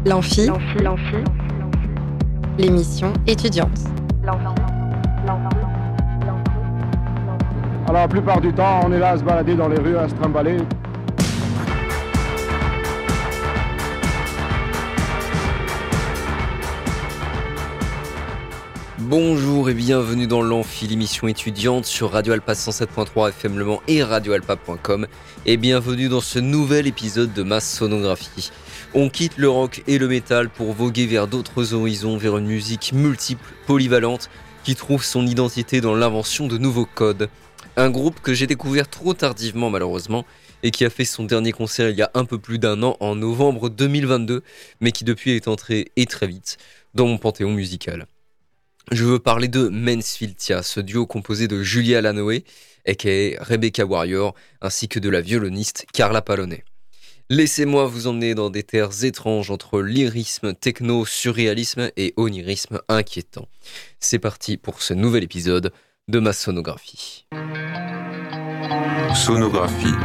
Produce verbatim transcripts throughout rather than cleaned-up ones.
L'Amphi, l'émission étudiante. Alors la plupart du temps, on est là à se balader dans les rues, à se trimballer. Bonjour et bienvenue dans l'Amphi, l'émission étudiante sur Radio Alpa cent sept point trois F M Le Mans et radio alpa point com. Et bienvenue dans ce nouvel épisode de ma sonographie. On quitte le rock et le métal pour voguer vers d'autres horizons, vers une musique multiple, polyvalente, qui trouve son identité dans l'invention de nouveaux codes. Un groupe que j'ai découvert trop tardivement malheureusement, et qui a fait son dernier concert il y a un peu plus d'un an, en novembre deux mille vingt-deux, mais qui depuis est entré, et très vite, dans mon panthéon musical. Je veux parler de Mensfiltia, ce duo composé de Julia Lanoé, aka Rebecca Warrior, ainsi que de la violoniste Carla Palone. Laissez-moi vous emmener dans des terres étranges entre lyrisme, techno, surréalisme et onirisme inquiétant. C'est parti pour ce nouvel épisode de ma sonographie. Sonographie.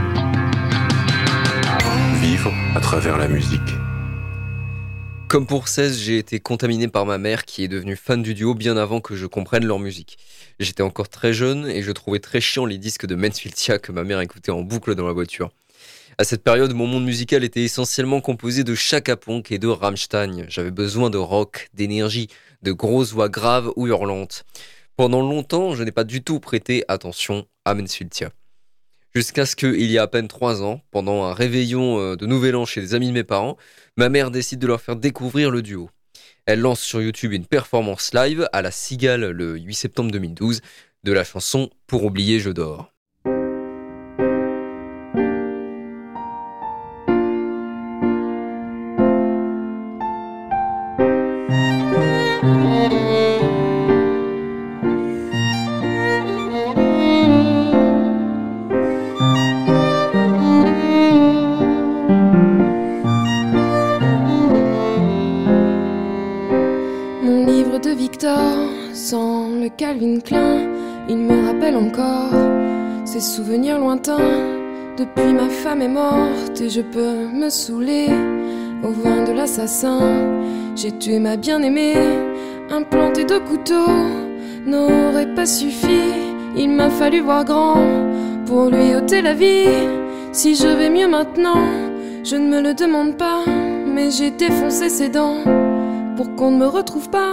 Vivre à travers la musique. Comme pour seize, j'ai été contaminé par ma mère qui est devenue fan du duo bien avant que je comprenne leur musique. J'étais encore très jeune et je trouvais très chiant les disques de Mensfiltia que ma mère écoutait en boucle dans la voiture. À cette période, mon monde musical était essentiellement composé de Chaka Ponk et de Rammstein. J'avais besoin de rock, d'énergie, de grosses voix graves ou hurlantes. Pendant longtemps, je n'ai pas du tout prêté attention à Mensfiltia. Jusqu'à ce qu'il y a à peine trois ans, pendant un réveillon de Nouvel An chez des amis de mes parents, ma mère décide de leur faire découvrir le duo. Elle lance sur YouTube une performance live à la Cigale le huit septembre deux mille douze de la chanson « Pour oublier, je dors ». Sans le Calvin Klein, il me rappelle encore ces souvenirs lointains. Depuis ma femme est morte et je peux me saouler au vin de l'assassin. J'ai tué ma bien-aimée, implanté deux couteaux n'aurait pas suffi. Il m'a fallu voir grand pour lui ôter la vie. Si je vais mieux maintenant, je ne me le demande pas, mais j'ai défoncé ses dents pour qu'on ne me retrouve pas.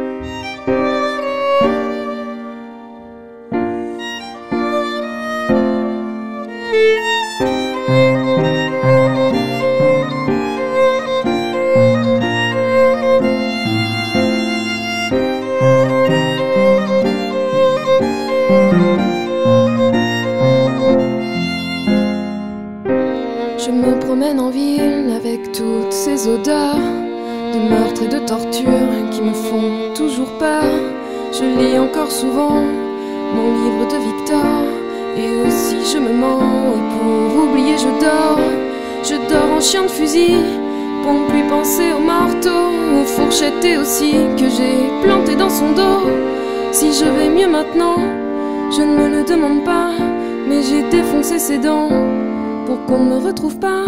Je me promène en ville avec toutes ces odeurs de meurtre et de torture qui me font toujours peur. Je lis encore souvent mon livre de Victor et aussi je me mens. Et pour oublier je dors, je dors en chien de fusil pour ne plus penser aux marteaux, aux fourchettes et aussi que j'ai planté dans son dos. Si je vais mieux maintenant, je ne me le demande pas, mais j'ai défoncé ses dents pour qu'on ne me retrouve pas.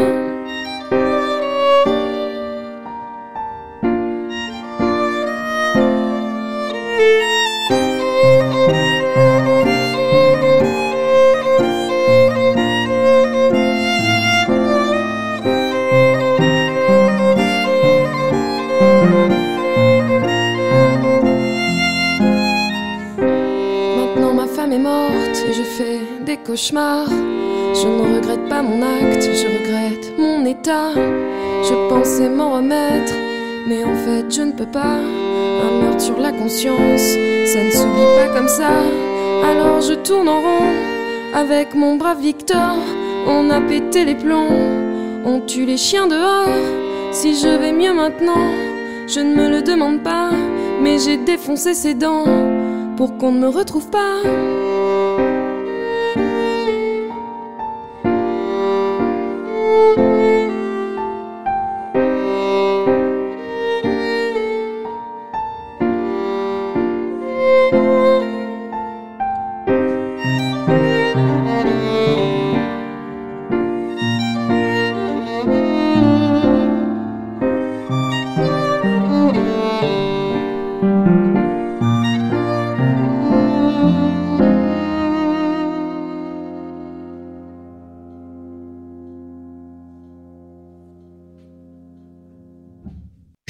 Maintenant ma femme est morte et je fais des cauchemars. Je ne regrette pas mon acte, je regrette mon état. Je pensais m'en remettre, mais en fait je ne peux pas. Un meurtre sur la conscience, ça ne s'oublie pas comme ça. Alors je tourne en rond avec mon brave Victor. On a pété les plombs, on tue les chiens dehors. Si je vais mieux maintenant, je ne me le demande pas, mais j'ai défoncé ses dents pour qu'on ne me retrouve pas.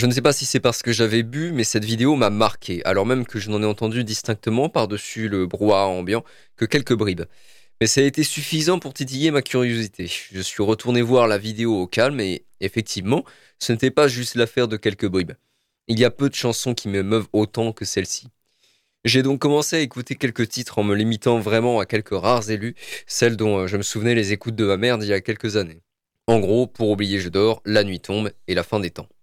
Je ne sais pas si c'est parce que j'avais bu, mais cette vidéo m'a marqué, alors même que je n'en ai entendu distinctement par-dessus le brouhaha ambiant que quelques bribes. Mais ça a été suffisant pour titiller ma curiosité. Je suis retourné voir la vidéo au calme et, effectivement, ce n'était pas juste l'affaire de quelques bribes. Il y a peu de chansons qui m'émeuvent autant que celle-ci. J'ai donc commencé à écouter quelques titres en me limitant vraiment à quelques rares élus, celles dont je me souvenais les écoutes de ma mère d'il y a quelques années. En gros, Pour oublier je dors, La nuit tombe et La fin des temps.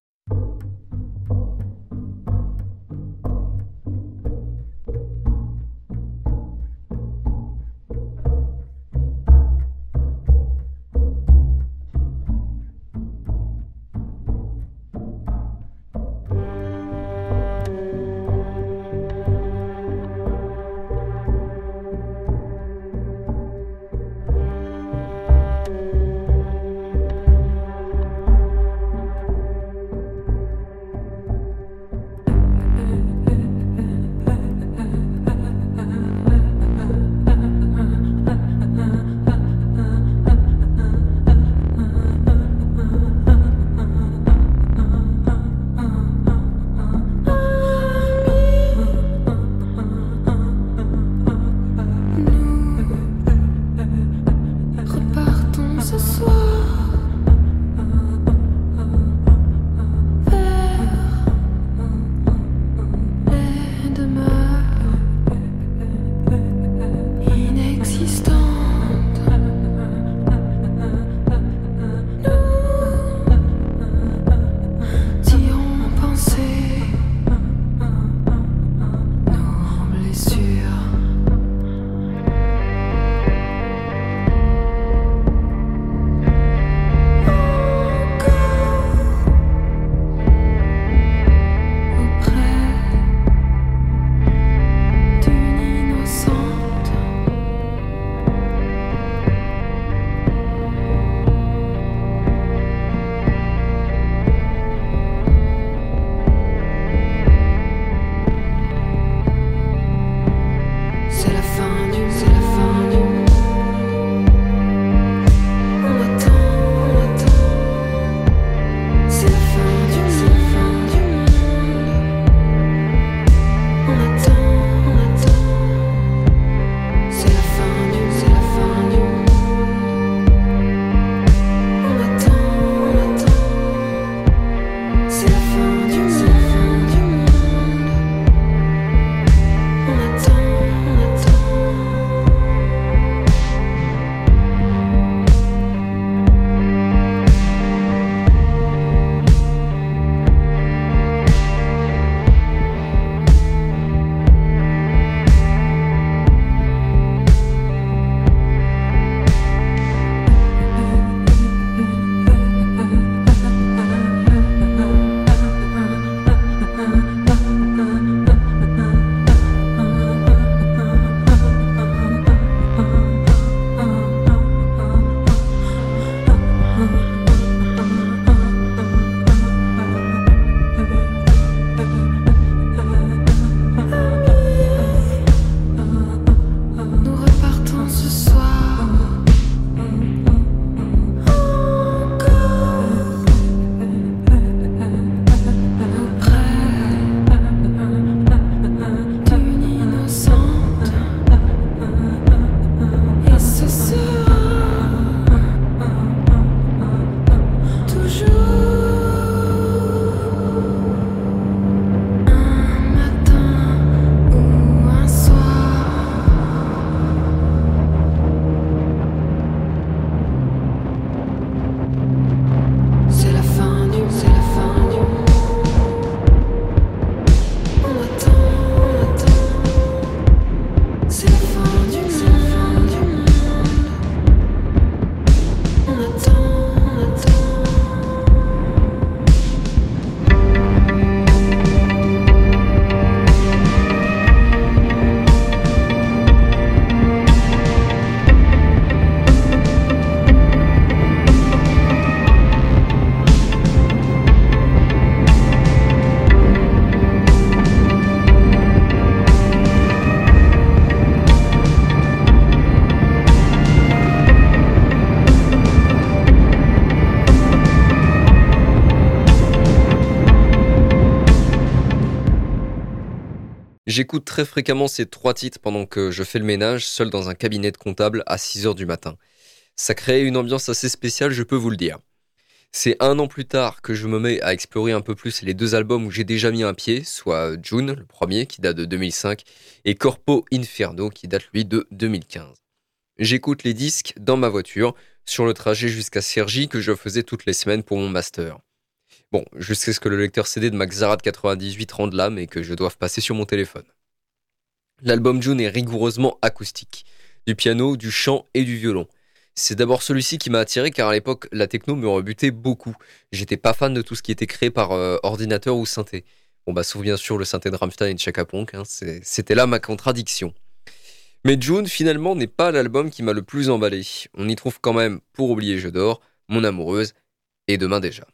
J'écoute très fréquemment ces trois titres pendant que je fais le ménage, seul dans un cabinet de comptable à six heures du matin. Ça crée une ambiance assez spéciale, je peux vous le dire. C'est un an plus tard que je me mets à explorer un peu plus les deux albums où j'ai déjà mis un pied, soit June, le premier, qui date de deux mille cinq, et Corpo Inferno, qui date lui de deux mille quinze. J'écoute les disques dans ma voiture, sur le trajet jusqu'à Cergy que je faisais toutes les semaines pour mon master. Bon, jusqu'à ce que le lecteur C D de ma Xara de quatre-vingt-dix-huit rende l'âme et que je doive passer sur mon téléphone. L'album June est rigoureusement acoustique, du piano, du chant et du violon. C'est d'abord celui-ci qui m'a attiré car à l'époque, la techno me rebutait beaucoup. J'étais pas fan de tout ce qui était créé par euh, ordinateur ou synthé. Bon bah sauf bien sûr le synthé de Rammstein et de Chaka Ponk, hein, c'est, c'était là ma contradiction. Mais June finalement n'est pas l'album qui m'a le plus emballé. On y trouve quand même Pour oublier je dors, Mon amoureuse et Demain déjà.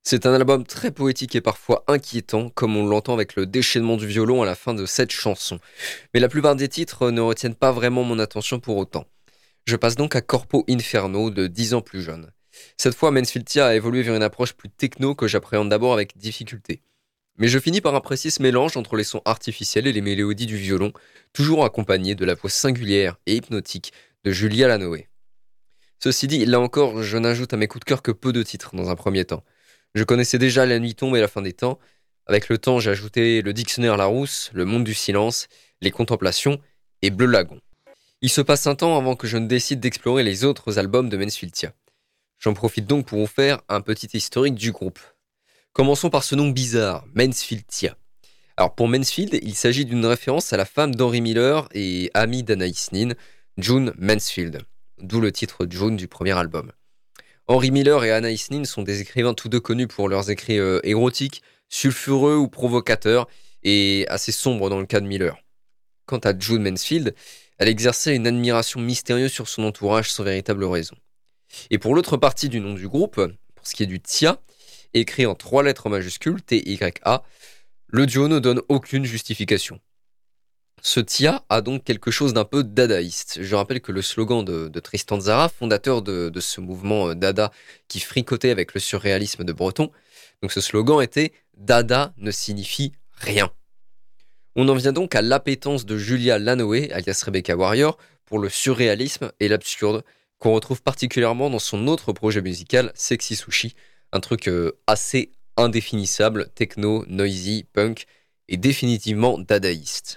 C'est un album très poétique et parfois inquiétant, comme on l'entend avec le déchaînement du violon à la fin de cette chanson. Mais la plupart des titres ne retiennent pas vraiment mon attention pour autant. Je passe donc à Corpo Inferno de dix ans plus jeune. Cette fois, Mansfield Tia a évolué vers une approche plus techno que j'appréhende d'abord avec difficulté. Mais je finis par apprécier ce mélange entre les sons artificiels et les mélodies du violon, toujours accompagné de la voix singulière et hypnotique de Julia Lanoé. Ceci dit, là encore, je n'ajoute à mes coups de cœur que peu de titres dans un premier temps. Je connaissais déjà La Nuit tombe et La fin des temps. Avec le temps, j'ai ajouté Le Dictionnaire Larousse, Le Monde du silence, Les Contemplations et Bleu Lagon. Il se passe un temps avant que je ne décide d'explorer les autres albums de Mansfield Tia. J'en profite donc pour vous faire un petit historique du groupe. Commençons par ce nom bizarre, Mansfield Tia. Alors pour Mansfield, il s'agit d'une référence à la femme d'Henry Miller et amie d'Anaïs Nin, June Mansfield, d'où le titre June du premier album. Henry Miller et Anaïs Nin sont des écrivains tous deux connus pour leurs écrits euh, érotiques, sulfureux ou provocateurs, et assez sombres dans le cas de Miller. Quant à June Mansfield, elle exerçait une admiration mystérieuse sur son entourage sans véritable raison. Et pour l'autre partie du nom du groupe, pour ce qui est du Tia, écrit en trois lettres majuscules, T Y A, le duo ne donne aucune justification. Ce Tia a donc quelque chose d'un peu dadaïste. Je rappelle que le slogan de, de Tristan Tzara, fondateur de, de ce mouvement dada qui fricotait avec le surréalisme de Breton, donc ce slogan était « Dada ne signifie rien ». On en vient donc à l'appétence de Julia Lanoé, alias Rebecca Warrior, pour le surréalisme et l'absurde, qu'on retrouve particulièrement dans son autre projet musical, Sexy Sushi, un truc euh, assez indéfinissable, techno, noisy, punk, et définitivement dadaïste.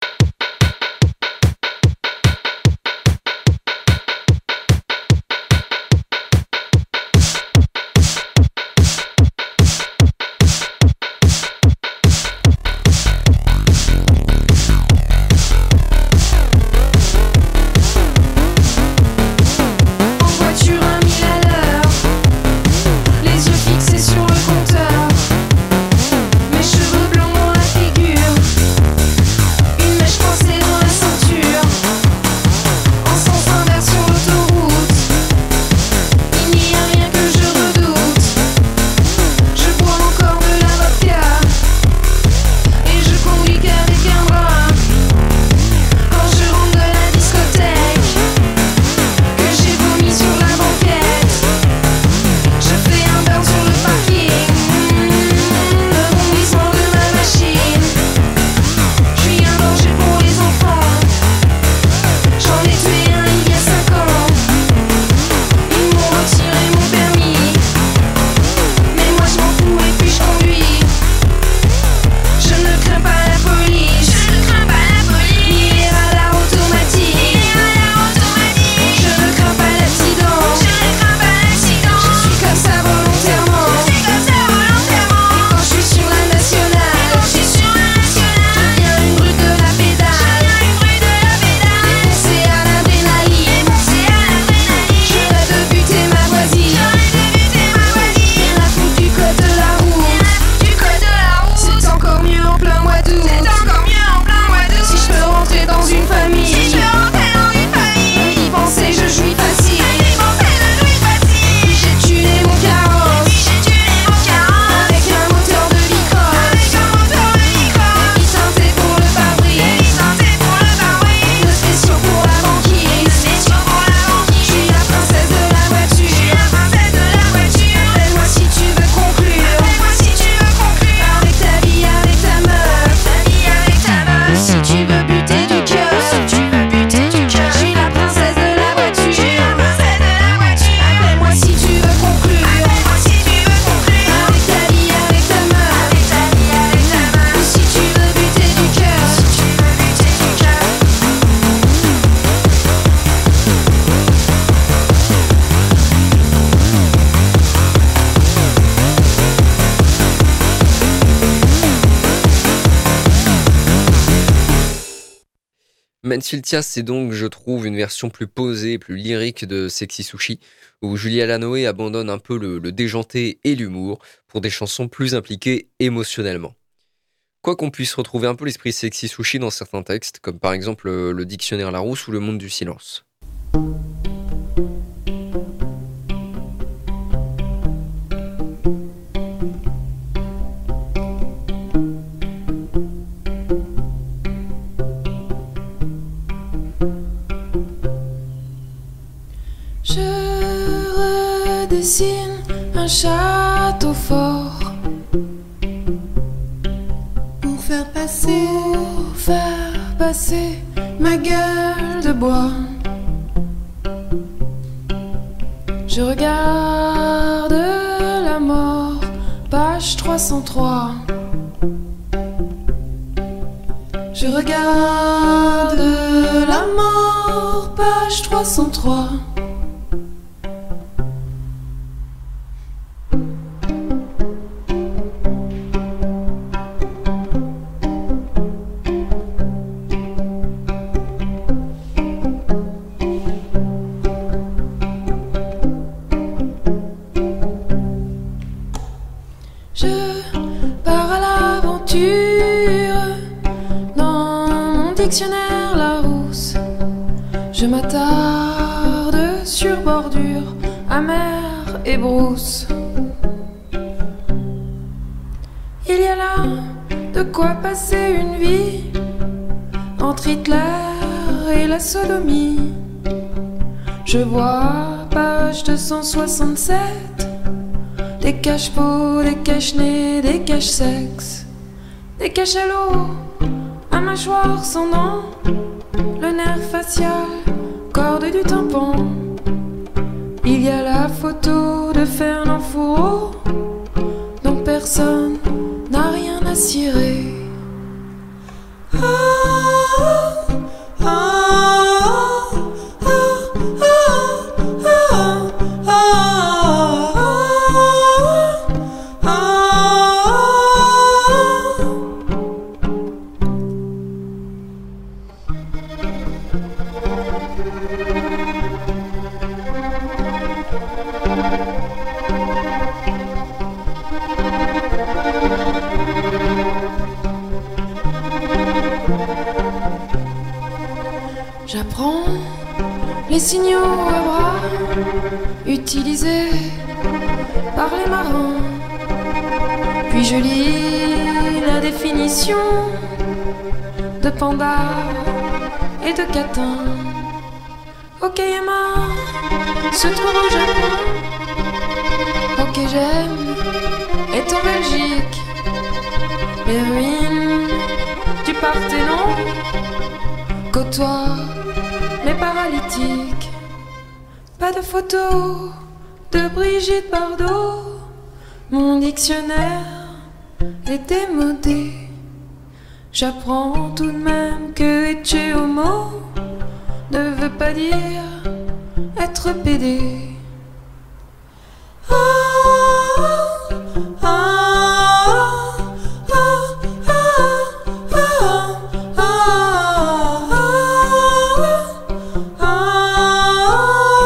Mansfield Tia, c'est donc, je trouve, une version plus posée, plus lyrique de Sexy Sushi, où Julia Lanoé abandonne un peu le, le déjanté et l'humour pour des chansons plus impliquées émotionnellement. Quoi qu'on puisse retrouver un peu l'esprit Sexy Sushi dans certains textes, comme par exemple le, le Dictionnaire Larousse ou Le Monde du silence. dessine un château fort pour faire passer, pour faire passer ma gueule de bois. Je regarde la mort, page trois cent trois. Je regarde la mort, page trois cent trois. Dictionnaire Larousse, je m'attarde sur bordure, amère et brousse. Il y a là de quoi passer une vie entre Hitler et la sodomie. Je vois page deux cent soixante-sept, des cache-pots, des cache-nez, des cache-sexes, des cachalots à mâchoire sans dents, le nerf facial, corde du tampon. Il y a la photo de Fernand Fourreau, dont personne n'a rien à cirer. Ah, ah, ah, ah, ah, ah, ah, J'apprends les signaux à bras utilisés par les marins. Puis je lis la définition de panda et de catin. Okayama se trouve au Japon. Okegem est en Belgique. Les ruines du Parthénon côtoient les paralytiques. Pas de photo de Brigitte Bardot. Mon dictionnaire est démodé. J'apprends tout de même que Ecce Homo ne veut pas dire être pédé. Ah, ah, ah, ah, ah, ah, ah, ah.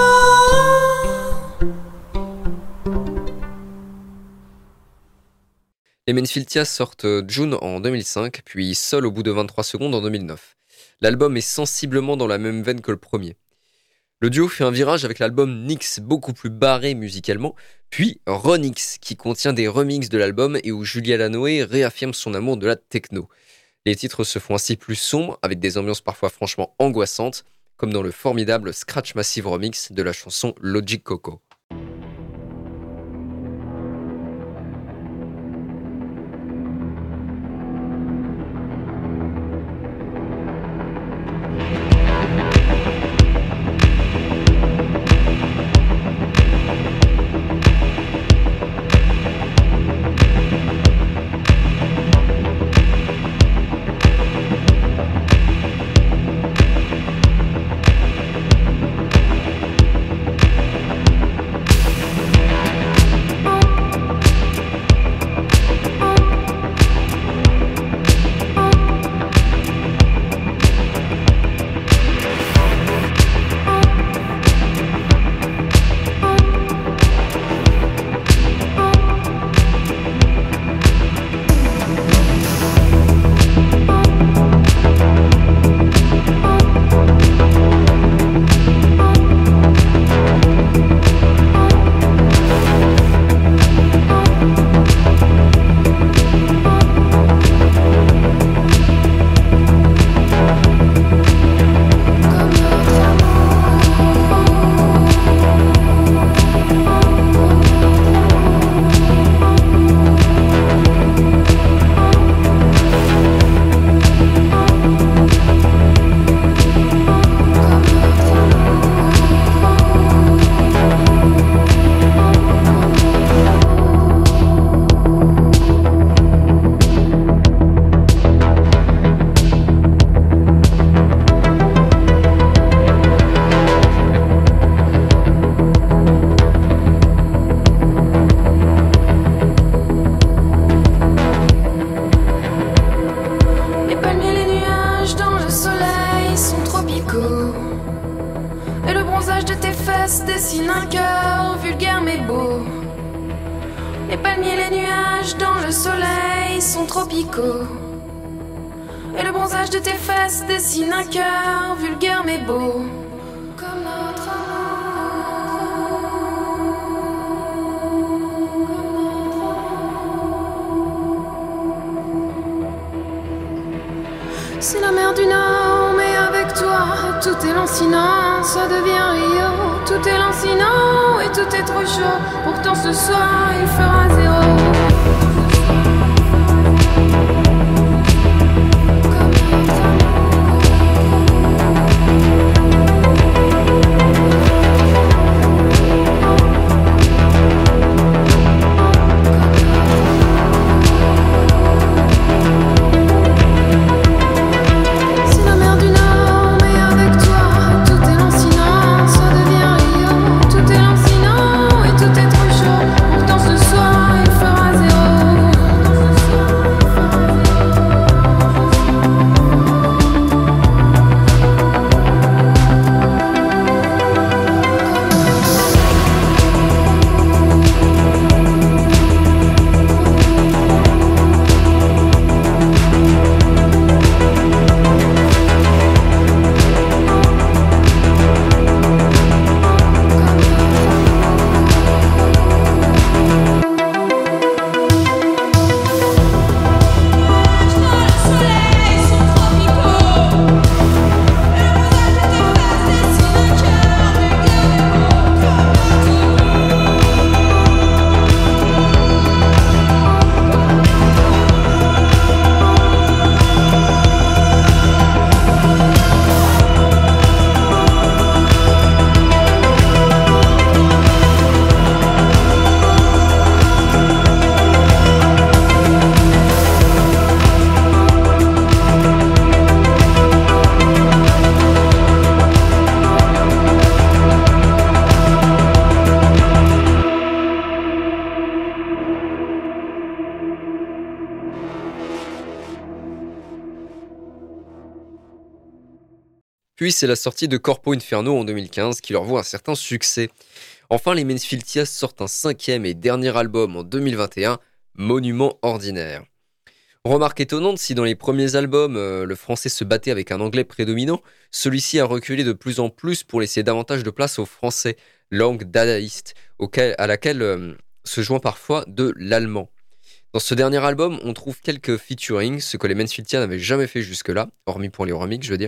Les Menfiltias sortent June en deux mille cinq, puis Sol au bout de vingt-trois secondes en deux mille neuf. L'album est sensiblement dans la même veine que le premier. Le duo fait un virage avec l'album Nyx, beaucoup plus barré musicalement, puis Ronix, qui contient des remixes de l'album et où Julia Lanoé réaffirme son amour de la techno. Les titres se font ainsi plus sombres, avec des ambiances parfois franchement angoissantes, comme dans le formidable Scratch Massive remix de la chanson Logic Coco. Et le bronzage de tes fesses dessine un cœur vulgaire mais beau. Les palmiers, les nuages dans le soleil sont tropicaux. Et le bronzage de tes fesses dessine un cœur vulgaire mais beau. Comme notre c'est la mer du Nord, mais avec toi, tout est lancinant, ça devient Rio. Tout est lancinant et tout est trop chaud. Pourtant ce soir, il fera zéro. Puis c'est la sortie de Corpo Inferno en deux mille quinze qui leur vaut un certain succès. Enfin, les Mansfieldia sortent un cinquième et dernier album en deux mille vingt et un, Monument Ordinaire. Remarque étonnante, si dans les premiers albums, euh, le français se battait avec un anglais prédominant, celui-ci a reculé de plus en plus pour laisser davantage de place au français, langue dadaïste, auquel, à laquelle euh, se joint parfois de l'allemand. Dans ce dernier album, on trouve quelques featuring, ce que les Mansfieldia n'avaient jamais fait jusque-là, hormis pour les remixes, je veux dire.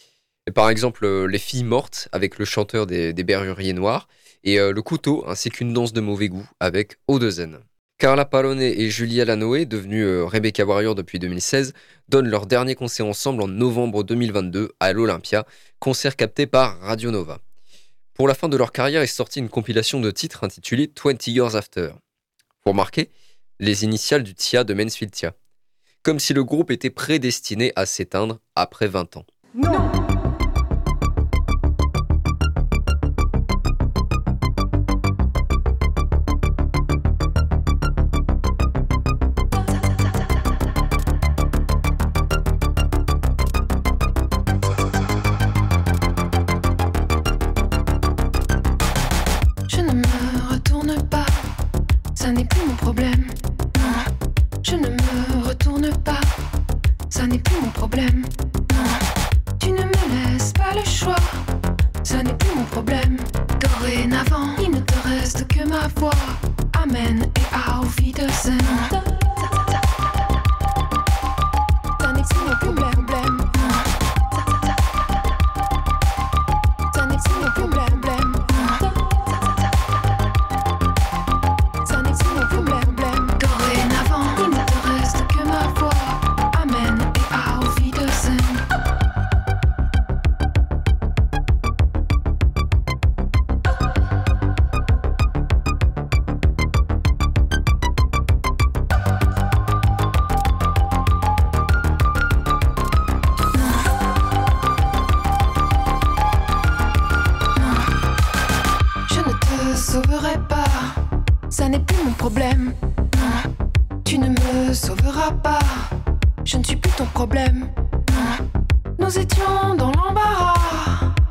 Et par exemple, euh, Les Filles Mortes, avec le chanteur des, des Berruriers Noirs, et euh, Le Couteau, ainsi qu'Une danse de mauvais goût, avec Odezen. Carla Palone et Julia Lanoé, devenue euh, Rebecca Warrior depuis deux mille seize, donnent leur dernier concert ensemble en novembre deux mille vingt-deux à l'Olympia, concert capté par Radio Nova. Pour la fin de leur carrière est sortie une compilation de titres intitulée vingt Years After. Pour marquer, les initiales du T I A de Mansfieldia. Comme si le groupe était prédestiné à s'éteindre après vingt ans. Non.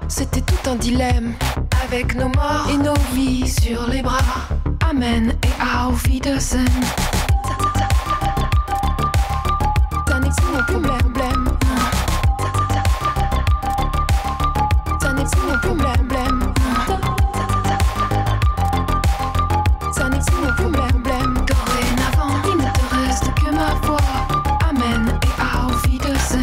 c'était tout un dilemme. Avec nos morts et nos vies sur les bras. Amen et auf Wiedersehen. Ça n'est plus mon problème. Ça n'est plus mon problème. Ça n'est plus mon problème. Dorénavant, il ne te reste que ma voix. Amen et auf Wiedersehen.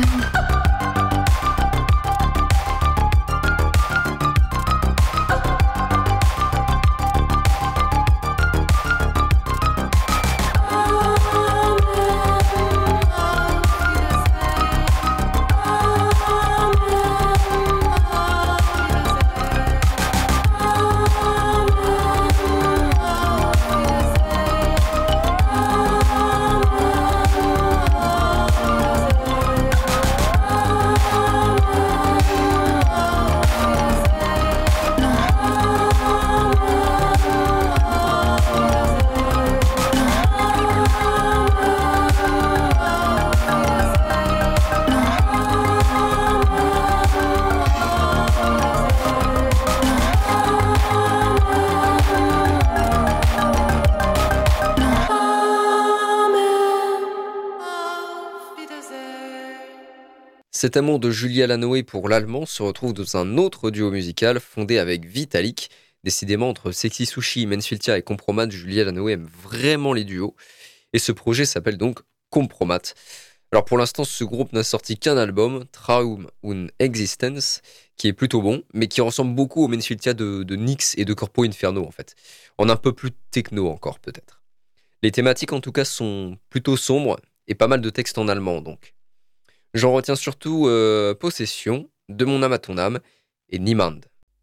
Cet amour de Julia Lanoé pour l'allemand se retrouve dans un autre duo musical fondé avec Vitalik. Décidément, entre Sexy Sushi, Mensfiltia et Compromat, Julia Lanoé aime vraiment les duos. Et ce projet s'appelle donc Compromat. Alors pour l'instant, ce groupe n'a sorti qu'un album, Traum und Existenz, qui est plutôt bon, mais qui ressemble beaucoup au Mensfiltia de, de Nyx et de Corpo Inferno en fait. En un peu plus techno encore peut-être. Les thématiques en tout cas sont plutôt sombres et pas mal de textes en allemand donc. J'en retiens surtout euh, Possession, De mon âme à ton âme et Niemand.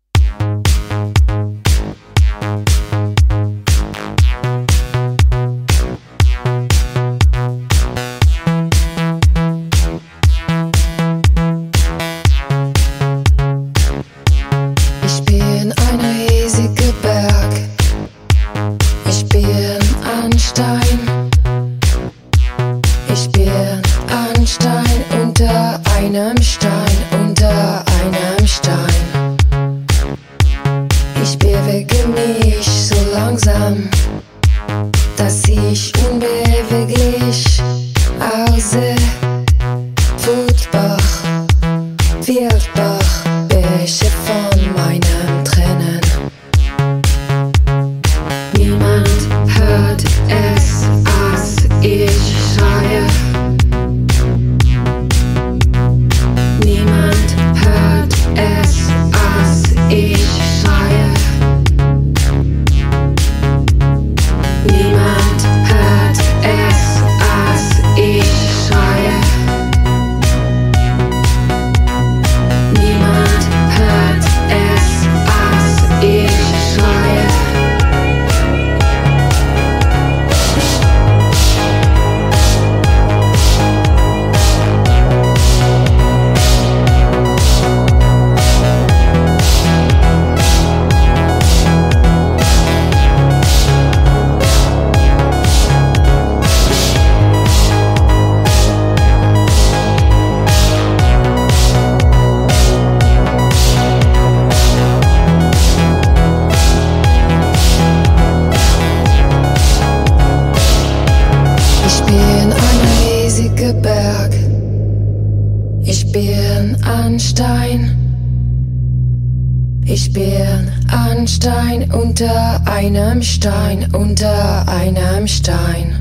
Ich bin ein riesiger Berg. Ich bin ein Stein. Ich bin ein Stein unter einem Stein, unter einem Stein. Ich bewege mich so langsam, dass ich unbeweglich aussehe. Wutbach, Wildbach, Bäche von meinem Tränen. Niemand hört es, als ich schreie. Niemand hört es, als ich schreie. Niemand hört es, als ich schreie. Niemand hört es, als ich schreie. Ich bin ein riesiger Berg. Ich bin ein Stein. Ich bin ein Stein unter einem Stein, unter einem Stein.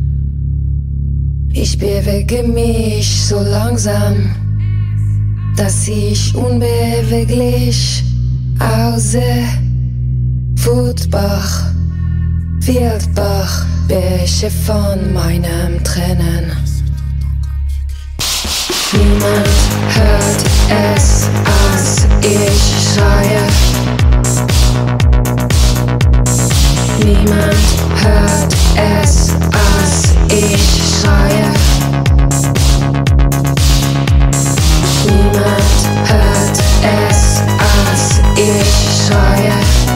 Ich bewege mich so langsam, dass ich unbeweglich aussehe. Wutbach, Wildbach, Bäche von meinem Tränen. Niemand hört es, als ich schreie. Niemand hört es, als ich schreie. Niemand hört es, als ich schreie.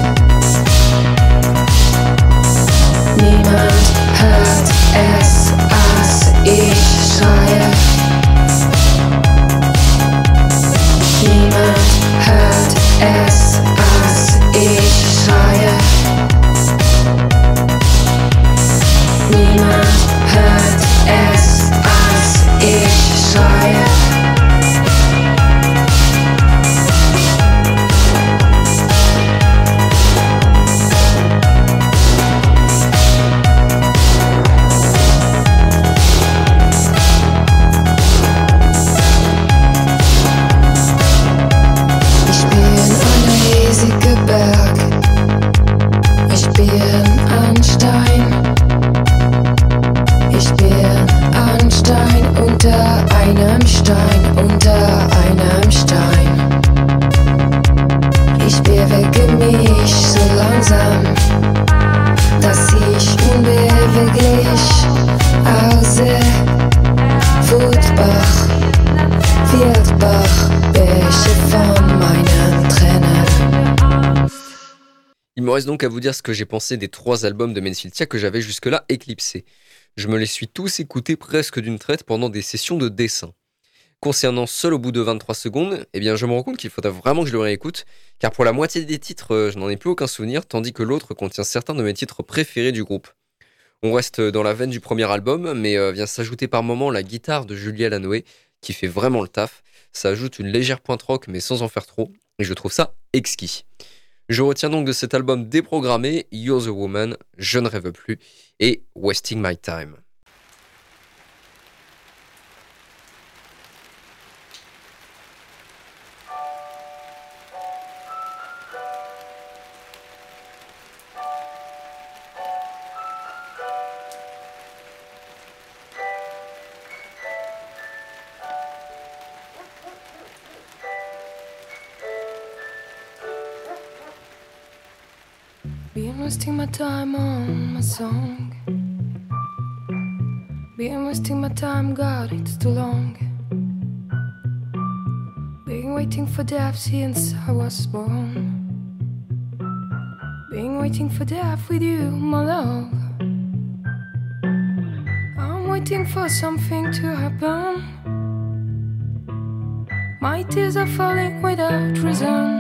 Niemand hört es, als ich schreie. Niemand hört Il me reste donc à vous dire ce que j'ai pensé des trois albums de Menciltia que j'avais jusque-là éclipsés. Je me les suis tous écoutés presque d'une traite pendant des sessions de dessin. Concernant Seul au bout de vingt-trois secondes, eh bien je me rends compte qu'il faudra vraiment que je le réécoute, car pour la moitié des titres, euh, je n'en ai plus aucun souvenir, tandis que l'autre contient certains de mes titres préférés du groupe. On reste dans la veine du premier album, mais euh, vient s'ajouter par moments la guitare de Julia Lanoé, qui fait vraiment le taf. Ça ajoute une légère pointe rock, mais sans en faire trop, et je trouve ça exquis. Je retiens donc de cet album déprogrammé You're the Woman, Je ne rêve plus, et Wasting My Time. Been wasting my time on my song. Been wasting my time, God, it's too long. Been waiting for death since I was born. Been waiting for death with you, my love. I'm waiting for something to happen. My tears are falling without reason.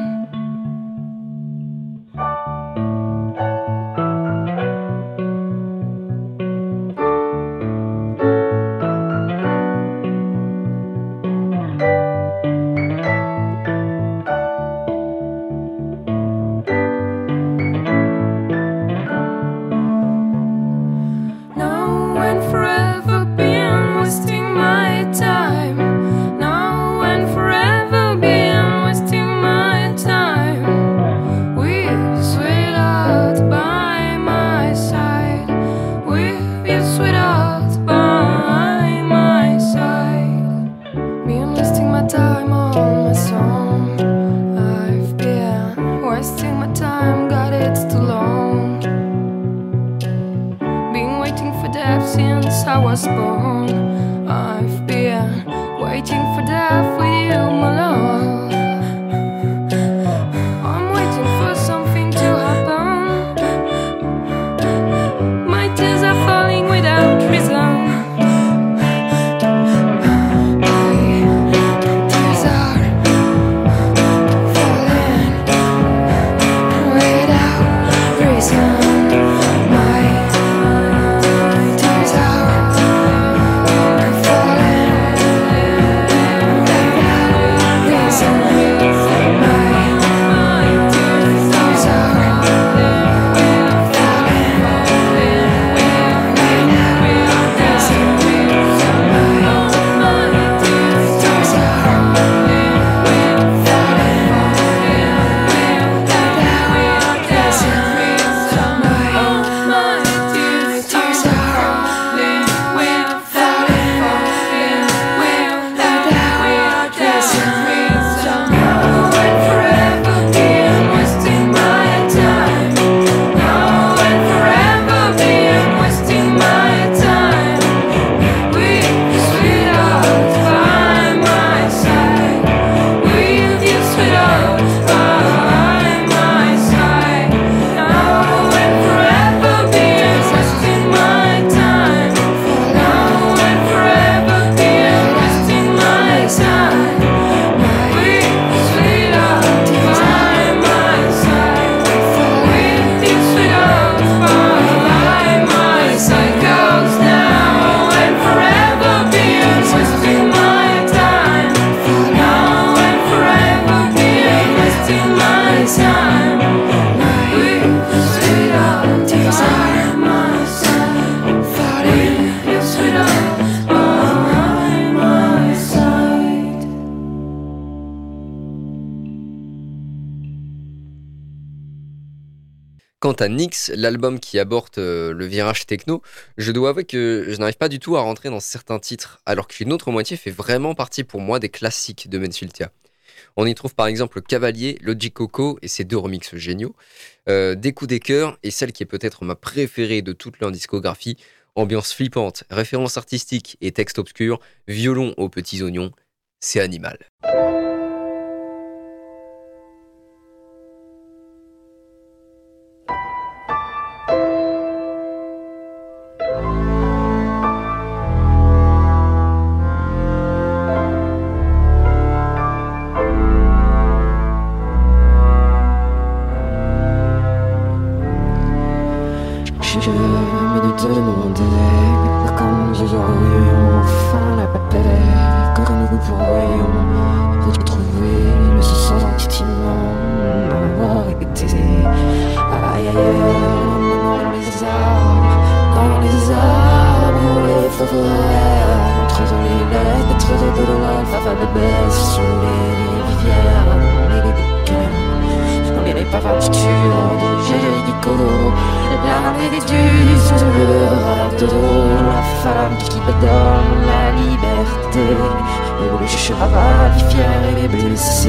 Quant à Nyx, l'album qui aborde euh, le virage techno, je dois avouer que je n'arrive pas du tout à rentrer dans certains titres, alors qu'une autre moitié fait vraiment partie pour moi des classiques de Menciltia. On y trouve par exemple Cavalier, Logic Coco et ses deux remixes géniaux, euh, Des coups des cœurs et celle qui est peut-être ma préférée de toute leur discographie, ambiance flippante, référence artistique et texte obscur, violon aux petits oignons, c'est Animal. Je me demandais quand nous aurions enfin la paix, quand nous pourrions retrouver le sentiment d'avoir été ailleurs dans les arbres, dans les arbres, les forêts, entre les lettres de l'alphabet, sous les rivières, dans les bouquins, dans les pavantures de Jéricho, l'armée des dieux, de la femme qui donne la liberté, et le cheval fier et blessé.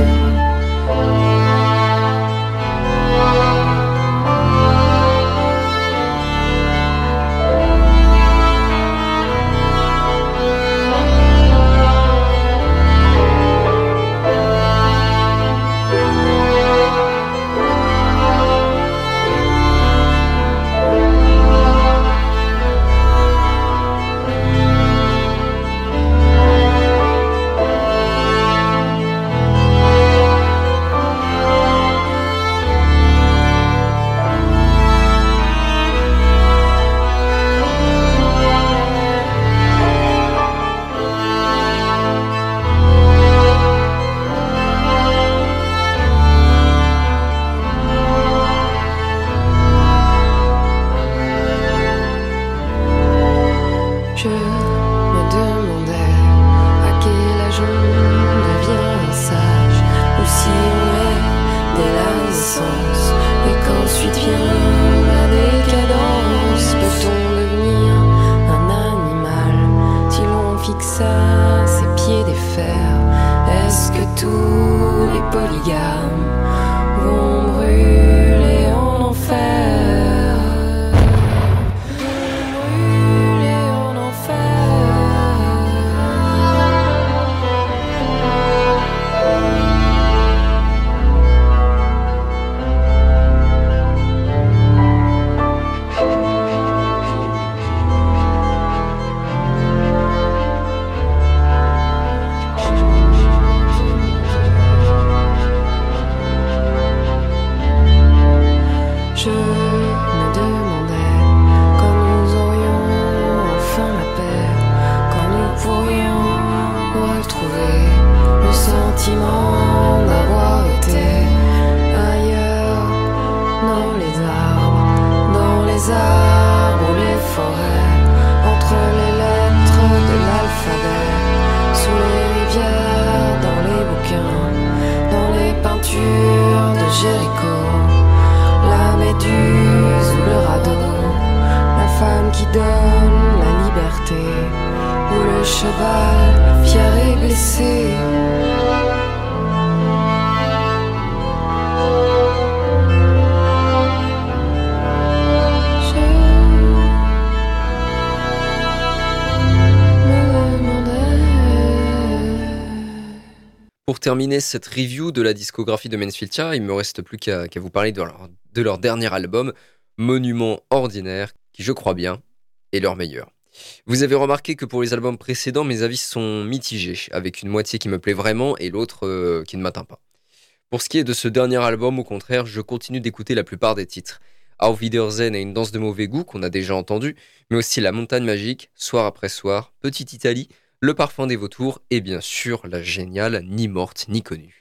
Pour terminer cette review de la discographie de Mensfilter, il ne me reste plus qu'à, qu'à vous parler de leur, de leur dernier album, Monument Ordinaire, qui je crois bien est leur meilleur. Vous avez remarqué que pour les albums précédents, mes avis sont mitigés, avec une moitié qui me plaît vraiment et l'autre euh, qui ne m'atteint pas. Pour ce qui est de ce dernier album, au contraire, je continue d'écouter la plupart des titres. Auf Wiedersehen et Une danse de mauvais goût, qu'on a déjà entendu, mais aussi La montagne magique, Soir après soir, Petite Italie, Le parfum des vautours et bien sûr la géniale Ni morte ni connue.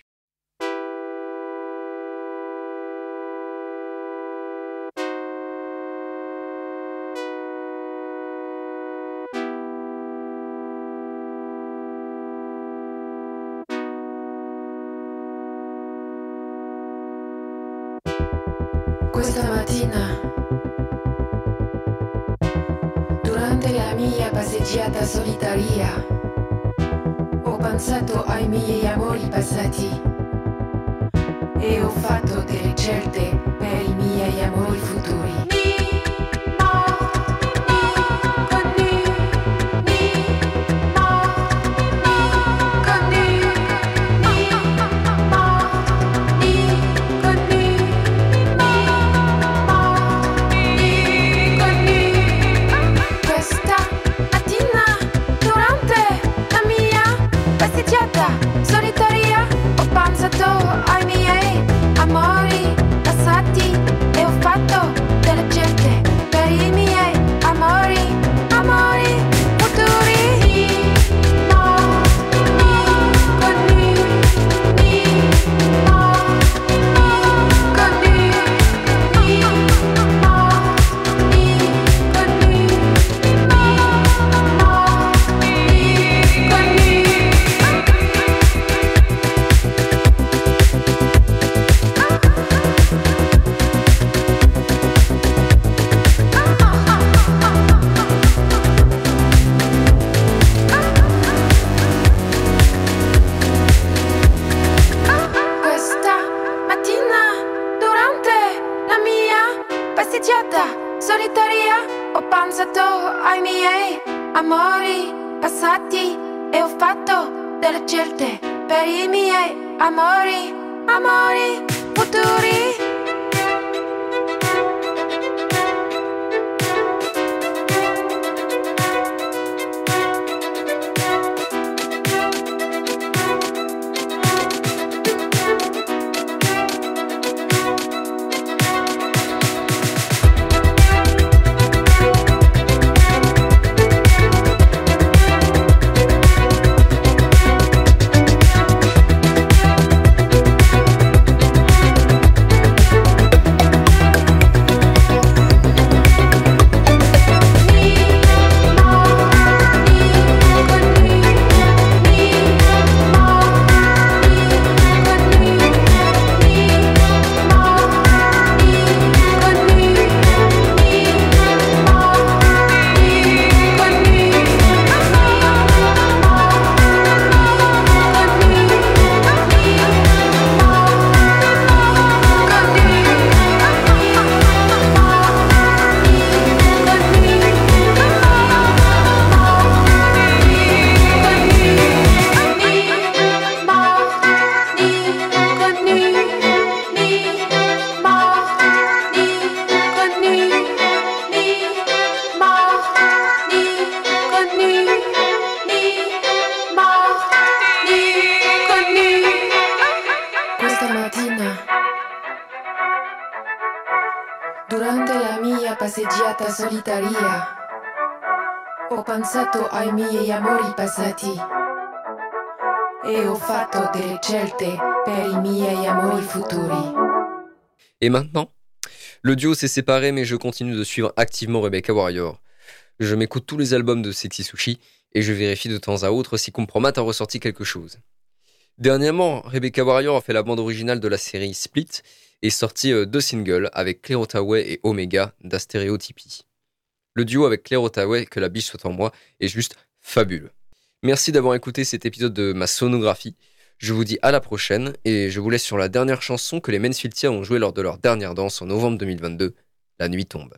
Questa mattina, durante la mia passeggiata solitaria, ho pensato ai miei amori passati e ho fatto delle scelte per i miei amori futuri. Solitaria, ho pensato ai miei amori passati e ho fatto passeggiata solitaria, ho pensato ai miei amori passati e ho fatto delle scelte per i miei amori, amori futuri. Durante la mia passeggiata solitaria ho pensato ai miei amori passati e ho fatto delle scelte per i miei amori futuri. Et maintenant, le duo s'est séparé, mais je continue de suivre activement Rebecca Warrior. Je m'écoute tous les albums de Sexy Sushi et je vérifie de temps à autre si Compromat a ressorti quelque chose. Dernièrement, Rebecca Warrior a fait la bande originale de la série Split et sorti euh, deux singles avec Claire Ottaway et Omega d'Astéréotypie. Le duo avec Claire Ottaway, que la biche soit en moi, est juste fabuleux. Merci d'avoir écouté cet épisode de ma sonographie. Je vous dis à la prochaine et je vous laisse sur la dernière chanson que les Mansfieldia ont jouée lors de leur dernière danse en novembre deux mille vingt-deux, La nuit tombe.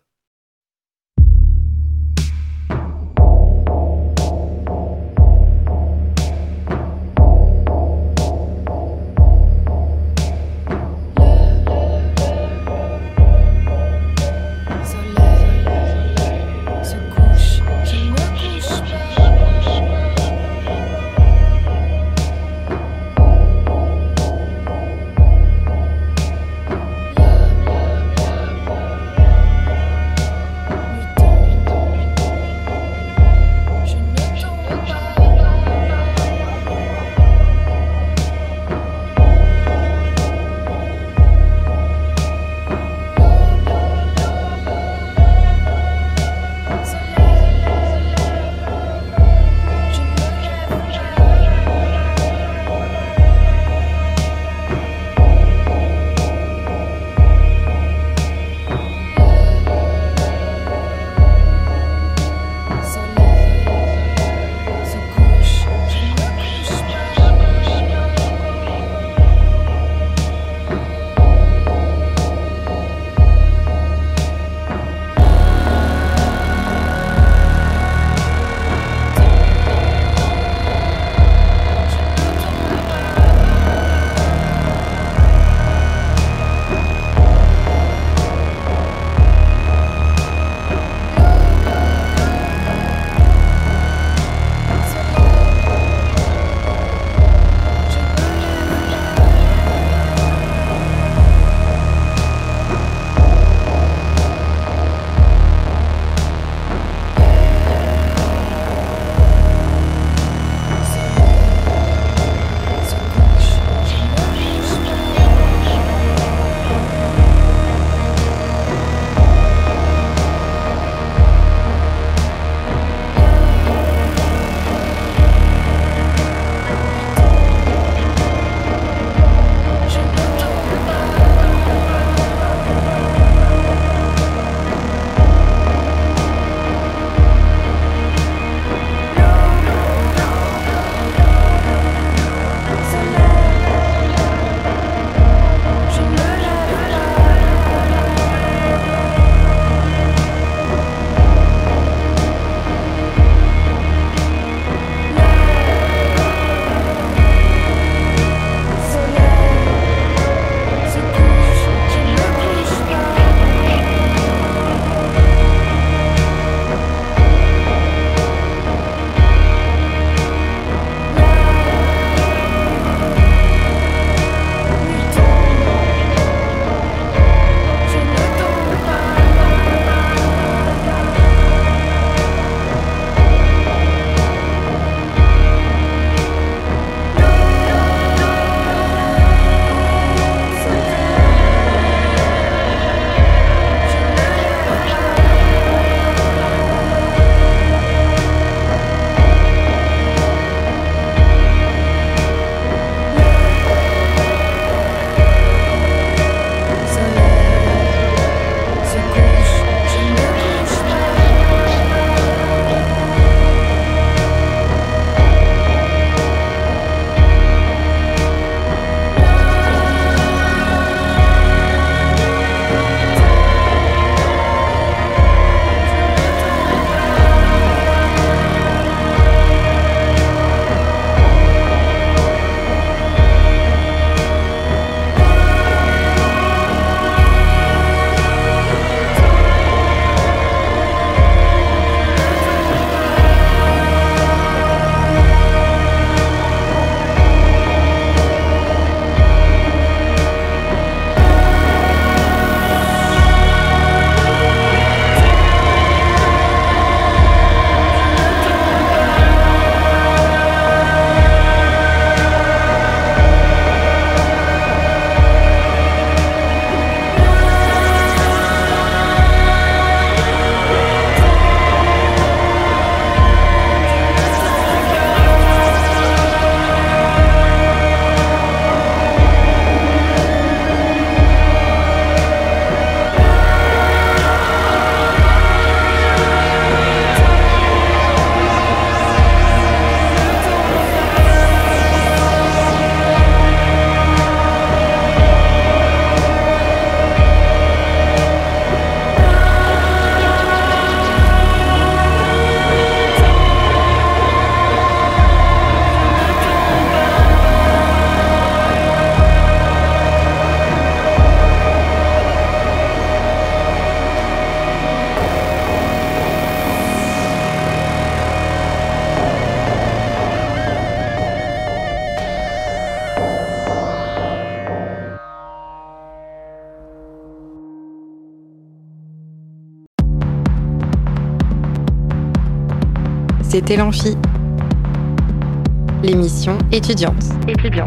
écoutez l'Amphi, l'émission étudiante. étudiante.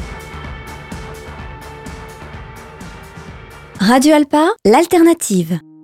Radio Alpa, l'alternative.